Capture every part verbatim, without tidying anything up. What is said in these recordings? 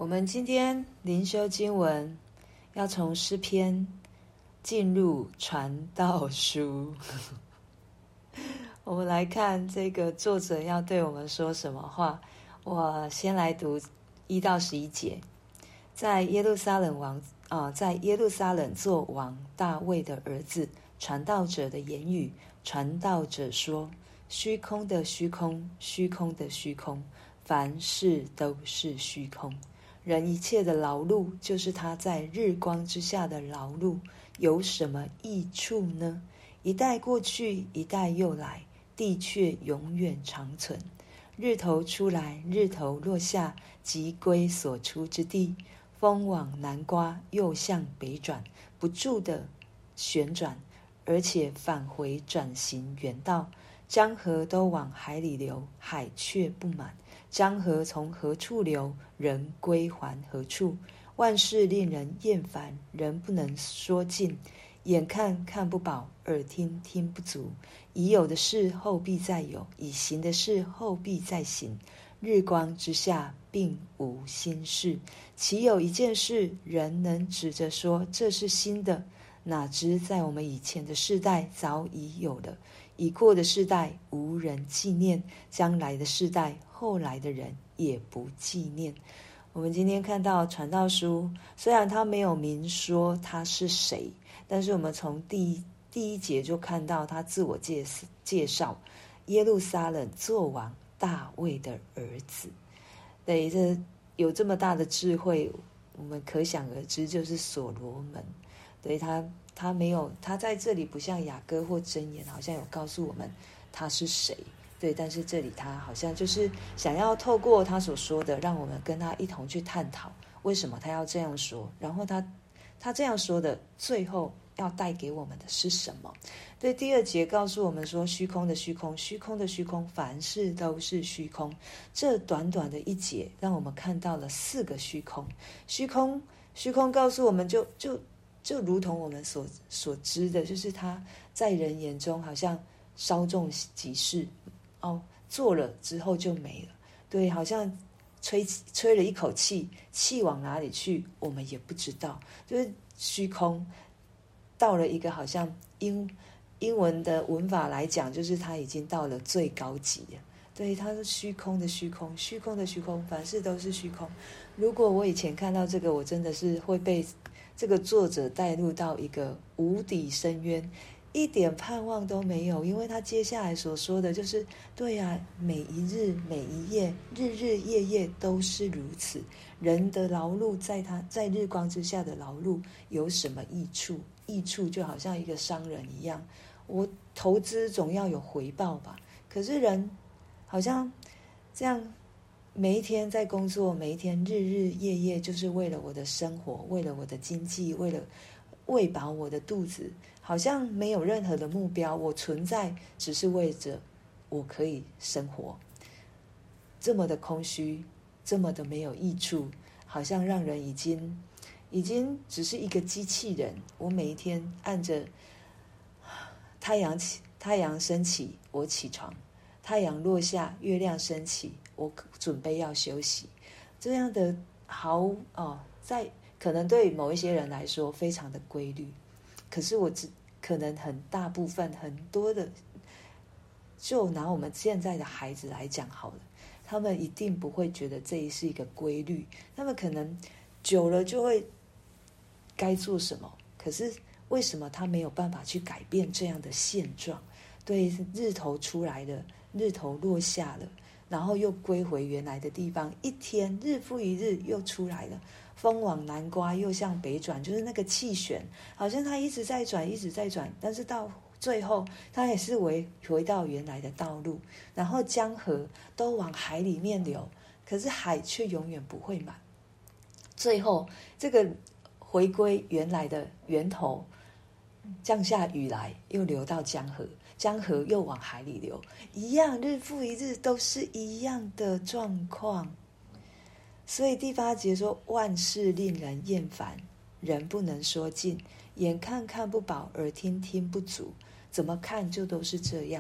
我们今天灵修经文要从诗篇进入传道书。我们来看这个作者要对我们说什么话。我先来读一到十一节。在耶路撒冷王啊、呃，在耶路撒冷做王大卫的儿子传道者的言语。传道者说：虚空的虚空，虚空的虚空，凡事都是虚空。人一切的劳碌，就是他在日光之下的劳碌，有什么益处呢？一代过去，一代又来，地却永远长存。日头出来，日头落下，即归所出之地。风往南刮，又向北转，不住的旋转，而且返回转行原道。江河都往海里流，海却不满。江河从何处流，人归还何处？万事令人厌烦，人不能说尽。眼看看不饱，耳听听不足。已有的事后必再有，已行的事后必再行。日光之下并无新事，岂有一件事人能指着说这是新的？哪知在我们以前的世代早已有了，已过的世代无人纪念，将来的世代后来的人也不纪念。我们今天看到传道书，虽然他没有明说他是谁，但是我们从第一第一节就看到他自我介介绍，耶路撒冷作王大卫的儿子。对，这有这么大的智慧，我们可想而知，就是所罗门。对，他他没有，他在这里不像雅歌或箴言，好像有告诉我们他是谁。对，但是这里他好像就是想要透过他所说的，让我们跟他一同去探讨为什么他要这样说，然后他他这样说的最后要带给我们的是什么。对，第二节告诉我们说，虚空的虚空，虚空的虚空，凡事都是虚空。这短短的一节让我们看到了四个虚空。虚空虚空告诉我们就就就如同我们所所知的，就是他在人眼中好像稍纵即逝，哦，做了之后就没了。对，好像吹吹了一口气，气往哪里去我们也不知道。就是虚空到了一个好像英英文的文法来讲，就是它已经到了最高级了。对，它是虚空的虚空，虚空的虚空，凡事都是虚空。如果我以前看到这个，我真的是会被这个作者带入到一个无底深渊，一点盼望都没有。因为他接下来所说的就是对啊，每一日每一夜，日日夜夜都是如此。人的劳碌，在他在日光之下的劳碌有什么益处？益处就好像一个商人一样，我投资总要有回报吧。可是人好像这样每一天在工作，每一天日日夜夜，就是为了我的生活，为了我的经济，为了喂饱我的肚子，好像没有任何的目标。我存在只是为着我可以生活，这么的空虚，这么的没有益处，好像让人已经已经只是一个机器人。我每一天按着太阳起太阳升起我起床，太阳落下月亮升起我准备要休息。这样的好哦，在可能对某一些人来说非常的规律，可是我只可能很大部分很多的，就拿我们现在的孩子来讲好了，他们一定不会觉得这是一个规律，他们可能久了就会该做什么，可是为什么他没有办法去改变这样的现状？对，日头出来了，日头落下了，然后又归回原来的地方，一天日复一日又出来了，风往南刮又向北转，就是那个气旋好像它一直在转一直在转，但是到最后它也是回回到原来的道路。然后江河都往海里面流，可是海却永远不会满。最后这个回归原来的源头，降下雨来又流到江河，江河又往海里流，一样日复一日都是一样的状况。所以第八节说，万事令人厌烦，人不能说尽，眼看看不饱，耳听听不足。怎么看就都是这样，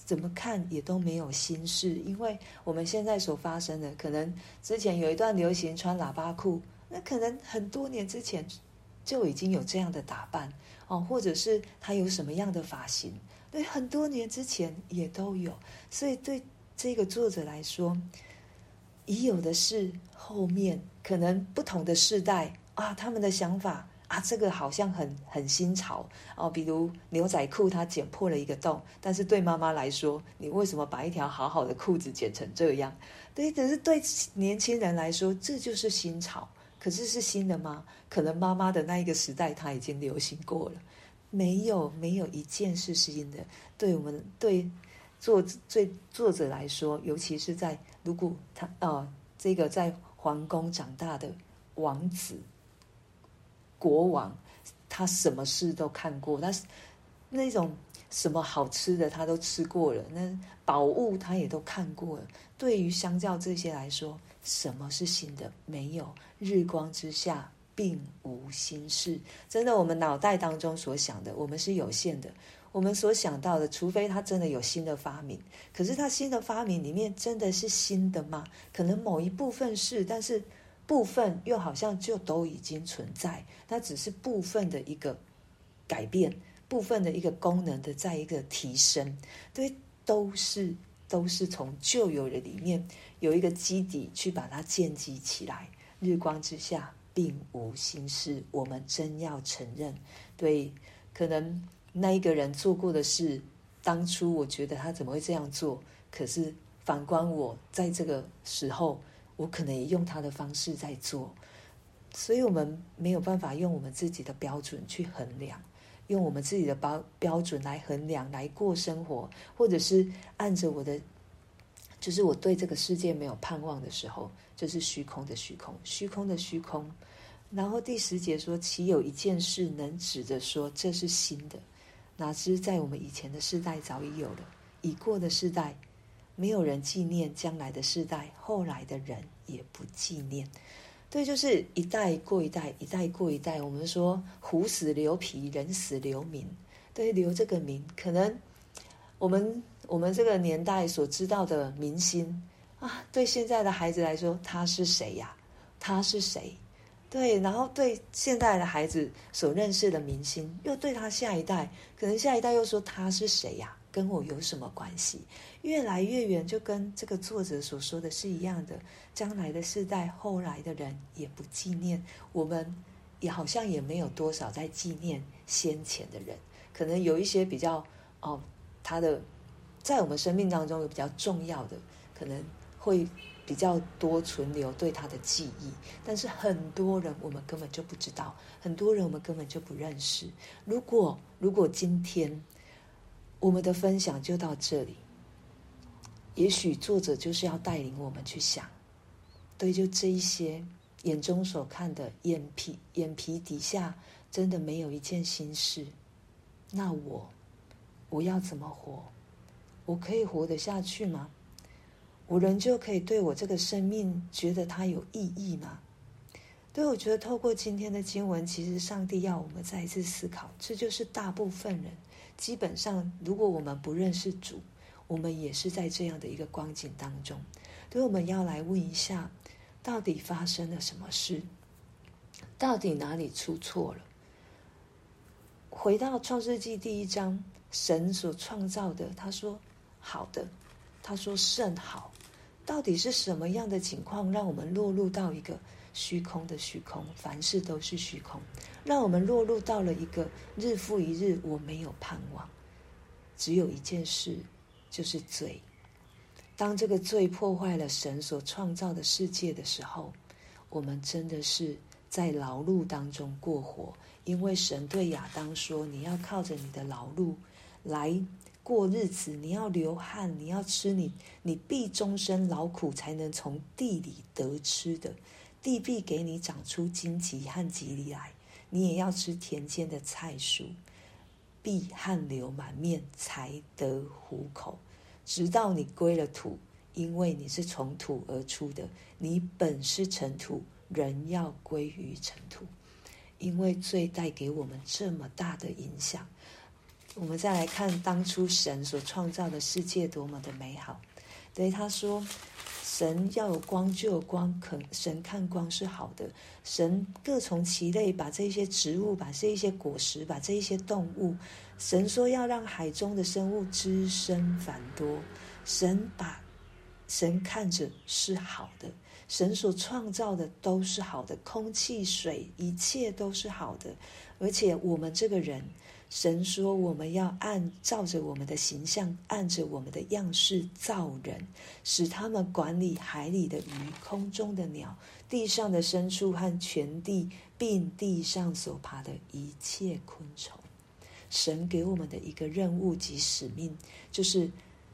怎么看也都没有心事，因为我们现在所发生的，可能之前有一段流行穿喇叭裤，那可能很多年之前就已经有这样的打扮哦，或者是他有什么样的发型，对，很多年之前也都有。所以对这个作者来说，已有的事后面可能不同的世代啊，他们的想法啊，这个好像很很新潮哦。比如牛仔裤它剪破了一个洞，但是对妈妈来说，你为什么把一条好好的裤子剪成这样？对，只是对年轻人来说，这就是新潮。可是是新的吗？可能妈妈的那一个时代，它已经流行过了。没有，没有一件是新的。对我们对作对作者来说，尤其是在如果他呃这个在皇宫长大的王子国王，他什么事都看过，他那种什么好吃的他都吃过了，那宝物他也都看过了。对于相较这些来说，什么是新的？没有，日光之下并无新事。真的，我们脑袋当中所想的，我们是有限的。我们所想到的，除非他真的有新的发明，可是他新的发明里面真的是新的吗？可能某一部分是，但是部分又好像就都已经存在，它只是部分的一个改变，部分的一个功能的在一个提升。对，都是都是从旧有的里面有一个基底去把它建基起来。日光之下并无新事，我们真要承认。对，可能那一个人做过的事，当初我觉得他怎么会这样做，可是反观我在这个时候，我可能也用他的方式在做。所以我们没有办法用我们自己的标准去衡量，用我们自己的标标准来衡量来过生活，或者是按着我的，就是我对这个世界没有盼望的时候，就是虚空的虚空，虚空的虚空。然后第十节说，岂有一件事能指着说这是新的？哪知在我们以前的世代早已有了，已过的世代没有人纪念，将来的世代后来的人也不纪念。对，就是一代过一代，一代过一代。我们说虎死留皮，人死留名。对，留这个名，可能我们我们这个年代所知道的明星啊，对现在的孩子来说，他是谁呀？他是谁？对，然后对现在的孩子所认识的明星，又对他下一代，可能下一代又说他是谁呀？跟我有什么关系？越来越远，就跟这个作者所说的是一样的。将来的世代，后来的人也不纪念，我们也好像也没有多少在纪念先前的人。可能有一些比较哦，他的在我们生命当中有比较重要的，可能会比较多存留对他的记忆，但是很多人我们根本就不知道，很多人我们根本就不认识。如果如果今天我们的分享就到这里，也许作者就是要带领我们去想，对，就这一些眼中所看的，眼皮眼皮底下真的没有一件心事，那我我要怎么活？我可以活得下去吗？我仍旧可以对我这个生命觉得它有意义吗？对，我觉得透过今天的经文，其实上帝要我们再一次思考，这就是大部分人基本上，如果我们不认识主，我们也是在这样的一个光景当中。所以我们要来问一下，到底发生了什么事？到底哪里出错了？回到创世纪第一章，神所创造的，他说好的，他说甚好。到底是什么样的情况让我们落入到一个虚空的虚空，凡事都是虚空，让我们落入到了一个日复一日我没有盼望？只有一件事，就是罪。当这个罪破坏了神所创造的世界的时候，我们真的是在劳碌当中过活。因为神对亚当说，你要靠着你的劳碌来过日子，你要流汗，你要吃你你必终身劳苦才能从地里得吃的，地必给你长出荆棘和棘藜来，你也要吃田间的菜蔬，必汗流满面才得糊口，直到你归了土，因为你是从土而出的，你本是尘土，人要归于尘土。因为罪带给我们这么大的影响， 我们再来看当初神所创造的世界多么的美好。对，他说神要有光就有光，神看光是好的。神各从其类，把这些植物，把这些果实，把这些动物，神说要让海中的生物滋生繁多。神把神看着是好的，神所创造的都是好的，空气、水，一切都是好的。而且我们这个人，神说我们要按照着我们的形象，按着我们的样式造人，使他们管理海里的鱼、空中的鸟、地上的牲畜和全地，并地上所爬的一切昆虫。神给我们的一个任务及使命，就是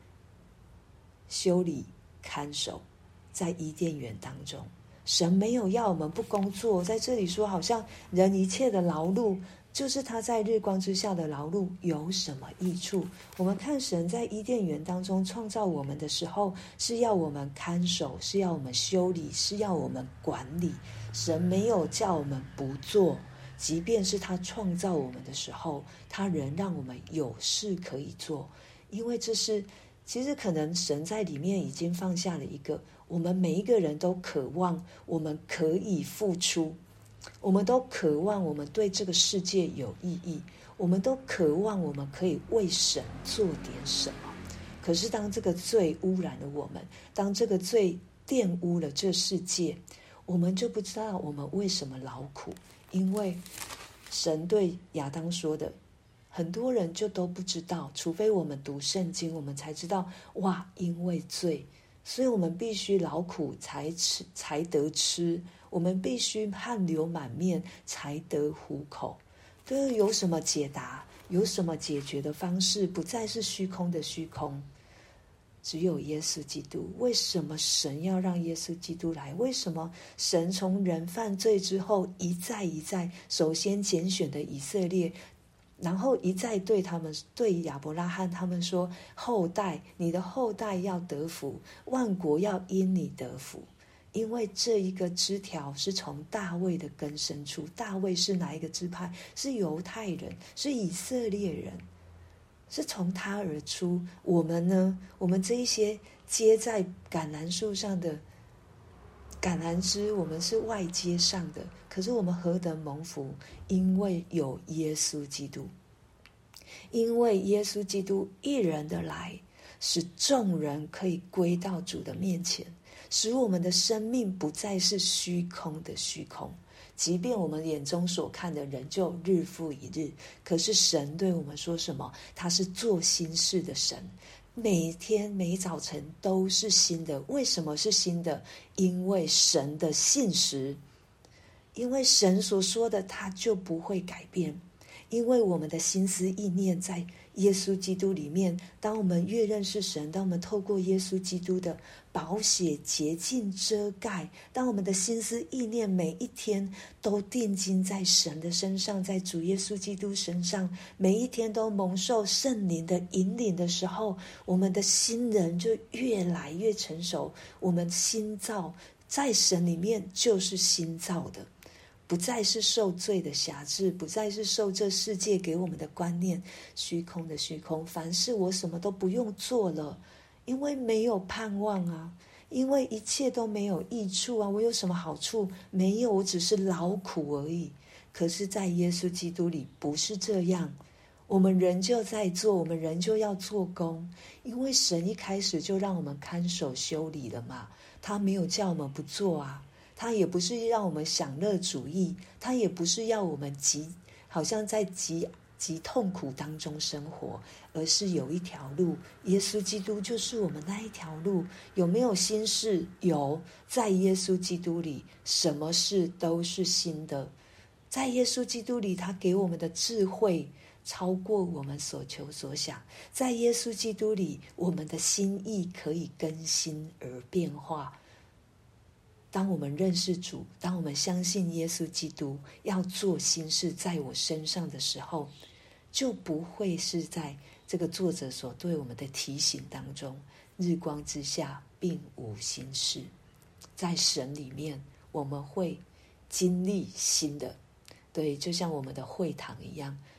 修理看守。在伊甸园当中，神没有要我们不工作。在这里说，好像人一切的劳碌，就是他在日光之下的劳碌有什么益处？我们看神在伊甸园当中创造我们的时候，是要我们看守，是要我们修理，是要我们管理。神没有叫我们不做，即便是他创造我们的时候，他仍让我们有事可以做。因为这是其实可能神在里面已经放下了一个，我们每一个人都渴望我们可以付出，我们都渴望我们对这个世界有意义，我们都渴望我们可以为神做点什么。可是当这个罪污染了我们，当这个罪玷污了这世界，我们就不知道我们为什么劳苦。因为神对亚当说的，很多人就都不知道，除非我们读圣经，我们才知道，哇，因为罪，所以我们必须劳苦才吃才得吃，我们必须汗流满面才得糊口。这有什么解答？有什么解决的方式？不再是虚空的虚空，只有耶稣基督。为什么神要让耶稣基督来？为什么神从人犯罪之后，一再一再，首先拣选的以色列，然后一再对他们，对亚伯拉罕他们说，后代，你的后代要得福，万国要因你得福。因为这一个枝条是从大卫的根生出。大卫是哪一个支派？是犹太人，是以色列人，是从他而出。我们呢？我们这一些接在橄榄树上的橄榄枝，我们是外接上的，可是我们何等蒙福，因为有耶稣基督。因为耶稣基督一人的来，使众人可以归到主的面前，使我们的生命不再是虚空的虚空。即便我们眼中所看的人就日复一日，可是神对我们说什么？他是做新事的神，每天每早晨都是新的。为什么是新的？因为神的信实，因为神所说的他就不会改变。因为我们的心思意念在耶稣基督里面，当我们越认识神，当我们透过耶稣基督的宝血洁净遮盖，当我们的心思意念每一天都定睛在神的身上，在主耶稣基督身上，每一天都蒙受圣灵的引领的时候，我们的心人就越来越成熟。我们心造在神里面就是新造的，不再是受罪的辖制，不再是受这世界给我们的观念，虚空的虚空。凡事我什么都不用做了，因为没有盼望啊，因为一切都没有益处啊。我有什么好处？没有，我只是劳苦而已。可是在耶稣基督里不是这样，我们仍旧在做，我们仍旧要做工，因为神一开始就让我们看守修理了嘛，他没有叫我们不做啊。他也不是让我们享乐主义，他也不是要我们极好像在极极痛苦当中生活，而是有一条路，耶稣基督就是我们那一条路。有没有新事？有，在耶稣基督里什么事都是新的。在耶稣基督里，他给我们的智慧超过我们所求所想。在耶稣基督里，我们的心意可以更新而变化。当我们认识主，当我们相信耶稣基督要做新事在我身上的时候，就不会是在这个作者所对我们的提醒当中，日光之下并无新事。在神里面，我们会经历新的。对，就像我们的会堂一样，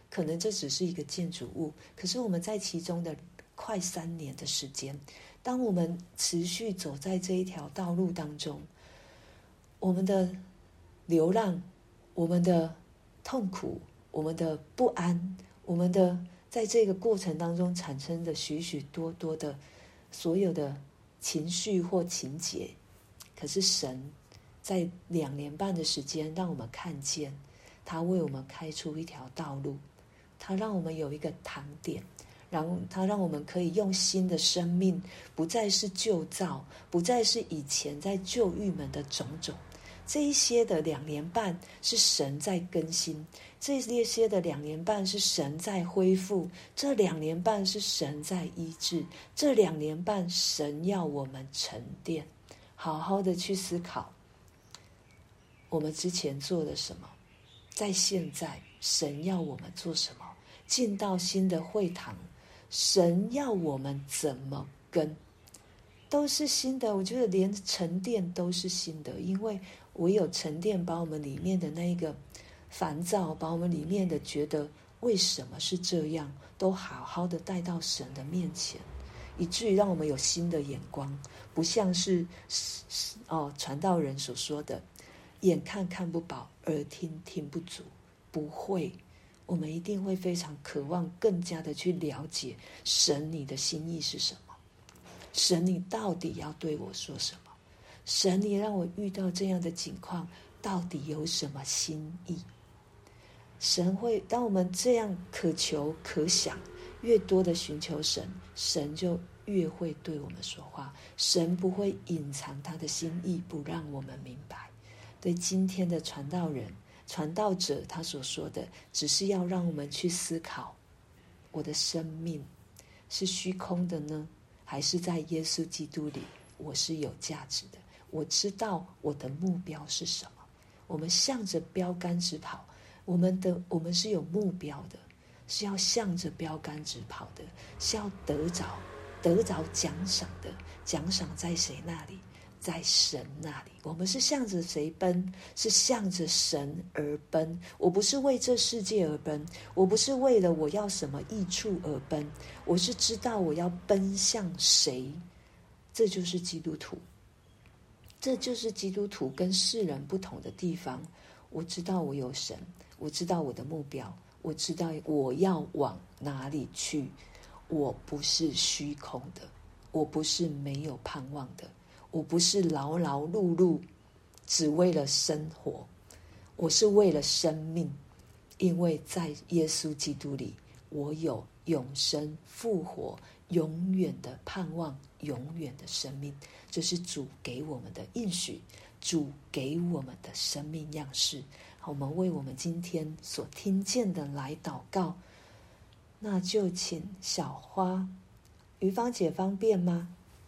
可能这只是一个建筑物，可是我们在其中的快三年的时间，当我们持续走在这一条道路当中，我们的流浪，我们的痛苦，我们的不安，我们的在这个过程当中产生的许许多多的所有的情绪或情节，可是神在两年半的时间让我们看见，他为我们开出一条道路，他让我们有一个堂点，然后他让我们可以用新的生命，不再是旧造，不再是以前在旧狱门的种种。这一些的两年半是神在更新，这一些的两年半是神在恢复，这两年半是神在医治，这两年半神要我们沉淀，好好的去思考我们之前做了什么，在现在神要我们做什么，进到新的会堂，神要我们怎么跟，都是新的。我觉得连沉淀都是新的，因为唯有沉淀，把我们里面的那个烦躁，把我们里面的觉得为什么是这样，都好好的带到神的面前，以至于让我们有新的眼光，不像是哦传道人所说的眼看看不饱，耳听听不足。不会，我们一定会非常渴望更加的去了解神你的心意是什么，神你到底要对我说什么，神你让我遇到这样的境况到底有什么心意。神会当我们这样渴求可想，越多的寻求神，神就越会对我们说话，神不会隐藏他的心意不让我们明白。对今天的传道人传道者，他所说的只是要让我们去思考，我的生命是虚空的呢，还是在耶稣基督里我是有价值的，我知道我的目标是什么。我们向着标杆直跑，我们的我们是有目标的，是要向着标杆直跑的，是要得着得着奖赏的。奖赏在谁那里？在神那里。我们是向着谁奔？是向着神而奔。我不是为这世界而奔，我不是为了我要什么益处而奔，我是知道我要奔向谁。这就是基督徒，这就是基督徒跟世人不同的地方。我知道我有神，我知道我的目标，我知道我要往哪里去。我不是虚空的，我不是没有盼望的，我不是劳劳碌碌只为了生活，我是为了生命。因为在耶稣基督里，我有永生复活，永远的盼望，永远的生命。这是主给我们的应许，主给我们的生命样式。好，我们为我们今天所听见的来祷告。那就请小花，于芳姐方便吗？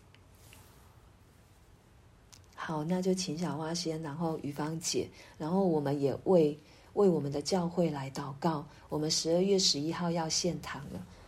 好，那就请小花先，然后于芳姐，然后我们也为为我们的教会来祷告。我们十二月十一号要献堂了，